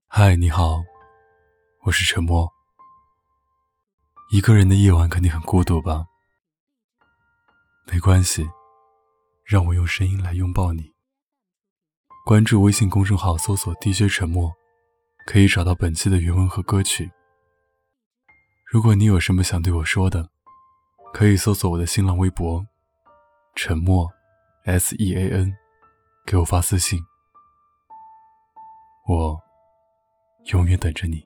嗨，你好，我是沉默。一个人的夜晚肯定很孤独吧？没关系，让我用声音来拥抱你。关注微信公众号搜索 DJ 沉默，可以找到本期的原文和歌曲。如果你有什么想对我说的，可以搜索我的新浪微博沉默 SEAN 给我发私信，我永远等着你。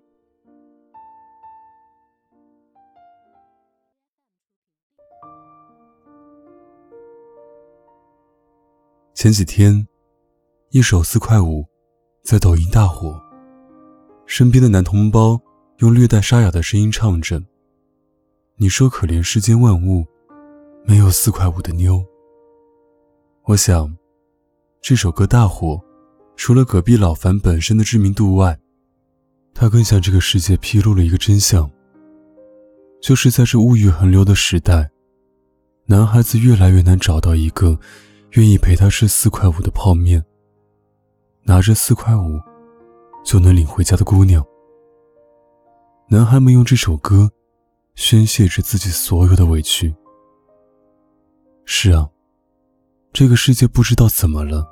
前几天，一首4块5在抖音大火，身边的男同胞用略带沙哑的声音唱着：你说可怜世间万物，没有4块5的妞。我想，这首歌大火，除了隔壁老樊本身的知名度外，它更向这个世界披露了一个真相，就是在这物欲横流的时代，男孩子越来越难找到一个愿意陪他吃4块5的泡面，拿着4块5就能领回家的姑娘。男孩们用这首歌宣泄着自己所有的委屈。是啊，这个世界不知道怎么了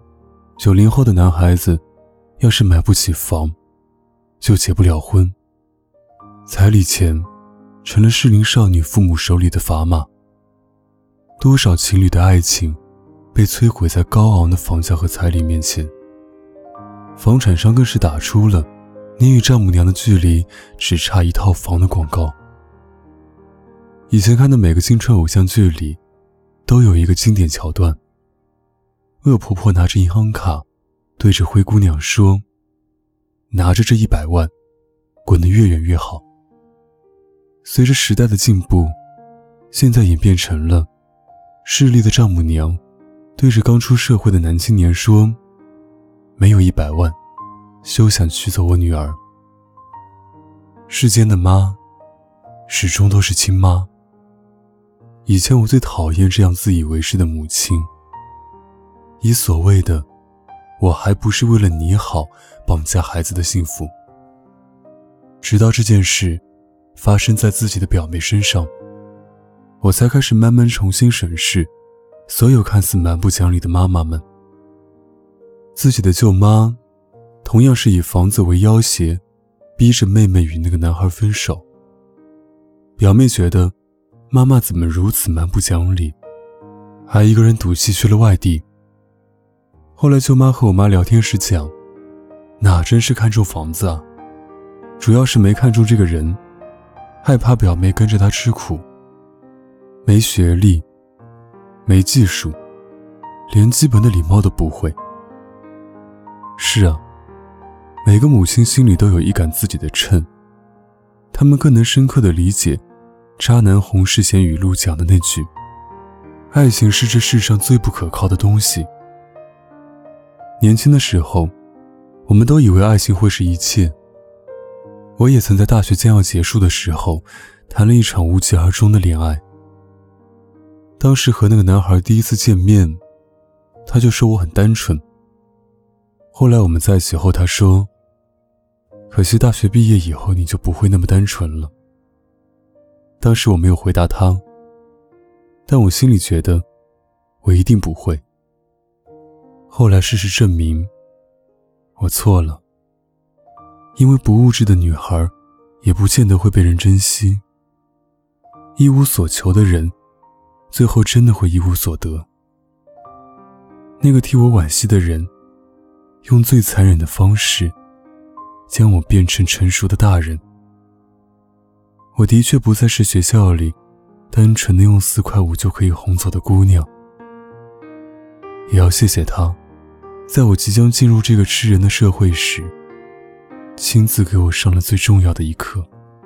，90后的男孩子要是买不起房，就结不了婚，彩礼钱成了适龄少女父母手里的砝码。多少情侣的爱情被摧毁在高昂的房价和彩礼面前，房产商更是打出了你与丈母娘的距离只差1套房的广告。以前看的每个青春偶像剧里都有一个经典桥段，恶婆婆拿着银行卡对着灰姑娘说，拿着这100万滚得越远越好。随着时代的进步，现在演变成了势利的丈母娘对着刚出社会的男青年说，没有100万，休想娶走我女儿。世间的妈始终都是亲妈。以前我最讨厌这样自以为是的母亲，以所谓的我还不是为了你好绑架孩子的幸福。直到这件事发生在自己的表妹身上，我才开始慢慢重新审视所有看似蛮不讲理的妈妈们。自己的舅妈同样是以房子为要挟，逼着妹妹与那个男孩分手。表妹觉得妈妈怎么如此蛮不讲理，还一个人赌气去了外地。后来舅妈和我妈聊天时讲，哪真是看中房子啊，主要是没看中这个人，害怕表妹跟着她吃苦，没学历，没技术，连基本的礼貌都不会。是啊，每个母亲心里都有一杆自己的秤，她们更能深刻地理解渣男洪世贤语录讲的那句，爱情是这世上最不可靠的东西。年轻的时候，我们都以为爱情会是一切。我也曾在大学将要结束的时候谈了一场无疾而终的恋爱。当时和那个男孩第一次见面，他就说我很单纯。后来我们在一起后，他说，可惜大学毕业以后你就不会那么单纯了。当时我没有回答他，但我心里觉得我一定不会。后来事实证明我错了，因为不物质的女孩也不见得会被人珍惜，一无所求的人最后真的会一无所得。那个替我惋惜的人用最残忍的方式将我变成成熟的大人。我的确不再是学校里单纯的用4块5就可以哄走的姑娘，也要谢谢他，在我即将进入这个吃人的社会时，亲自给我上了最重要的一课。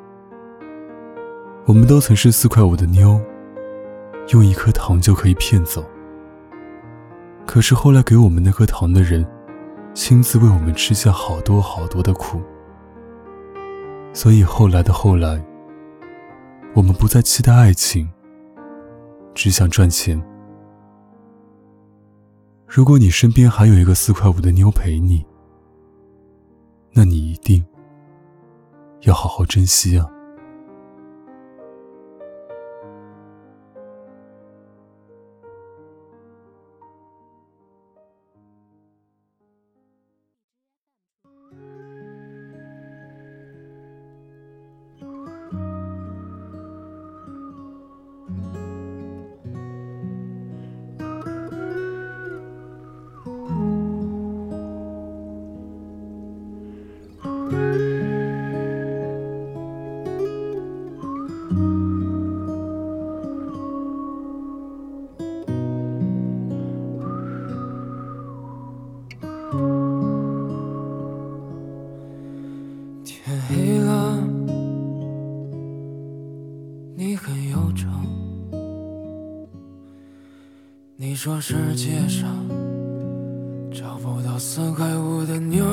我们都曾是4块5的妞，用1颗糖就可以骗走。可是后来给我们那颗糖的人，亲自为我们吃下好多好多的苦。所以后来的后来，我们不再期待爱情，只想赚钱。如果你身边还有一个4块5的妞陪你， 那你一定要好好珍惜啊。 天黑了，你很忧愁。你说世界上找不到4块5的妞，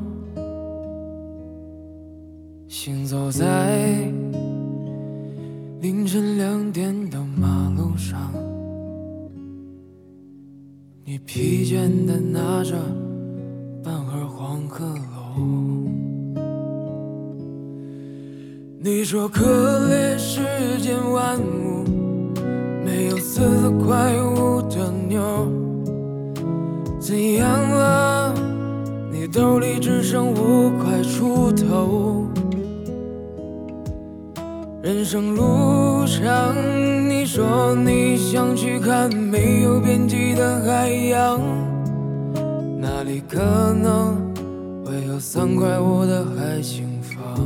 行走在凌晨2点的马路上，你疲倦地拿着半盒黄鹤楼。你说可怜世间万物，没有4块5的妞。怎样了？你兜里只剩5块出头。人生路上，你说你想去看没有边际的海洋，那里可能会有3块5的海景房。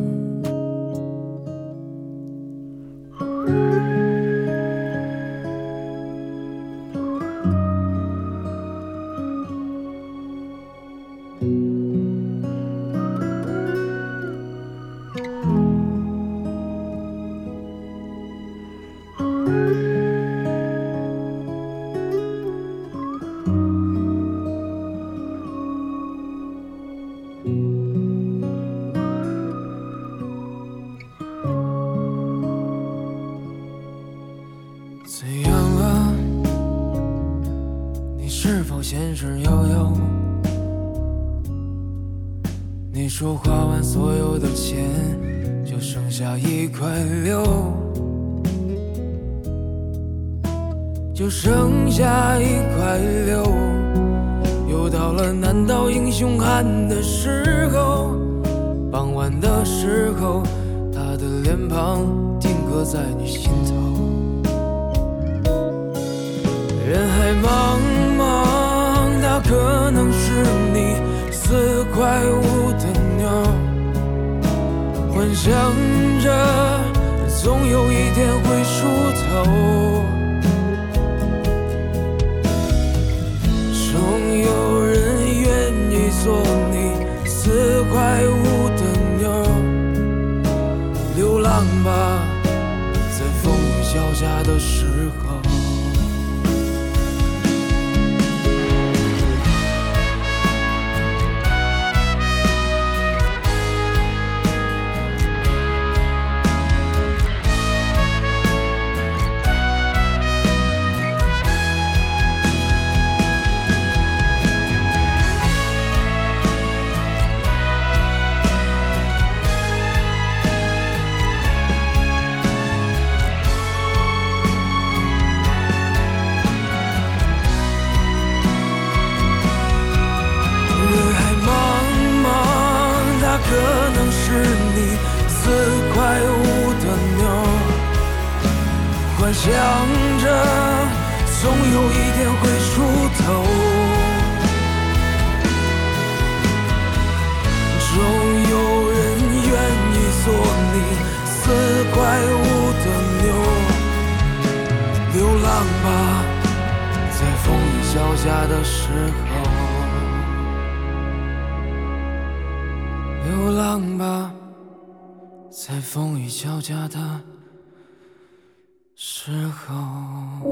怎样了？你是否闲时悠悠？你说花完所有的钱，就剩下1块6，就剩下1块6。又到了难倒英雄汉的时候，傍晚的时候，他的脸庞定格在你心头。人海茫茫，它可能是你4块5的妞，幻想着总有一天会梳头，总有人愿意做你4块5的妞。流浪吧，在风雨交加的时候。可能是你4块5的妞，幻想着总有一天会梳头，总有人愿意做你4块5的妞。流浪吧，在风雨交加的时候。流浪吧，在风雨交加的时候。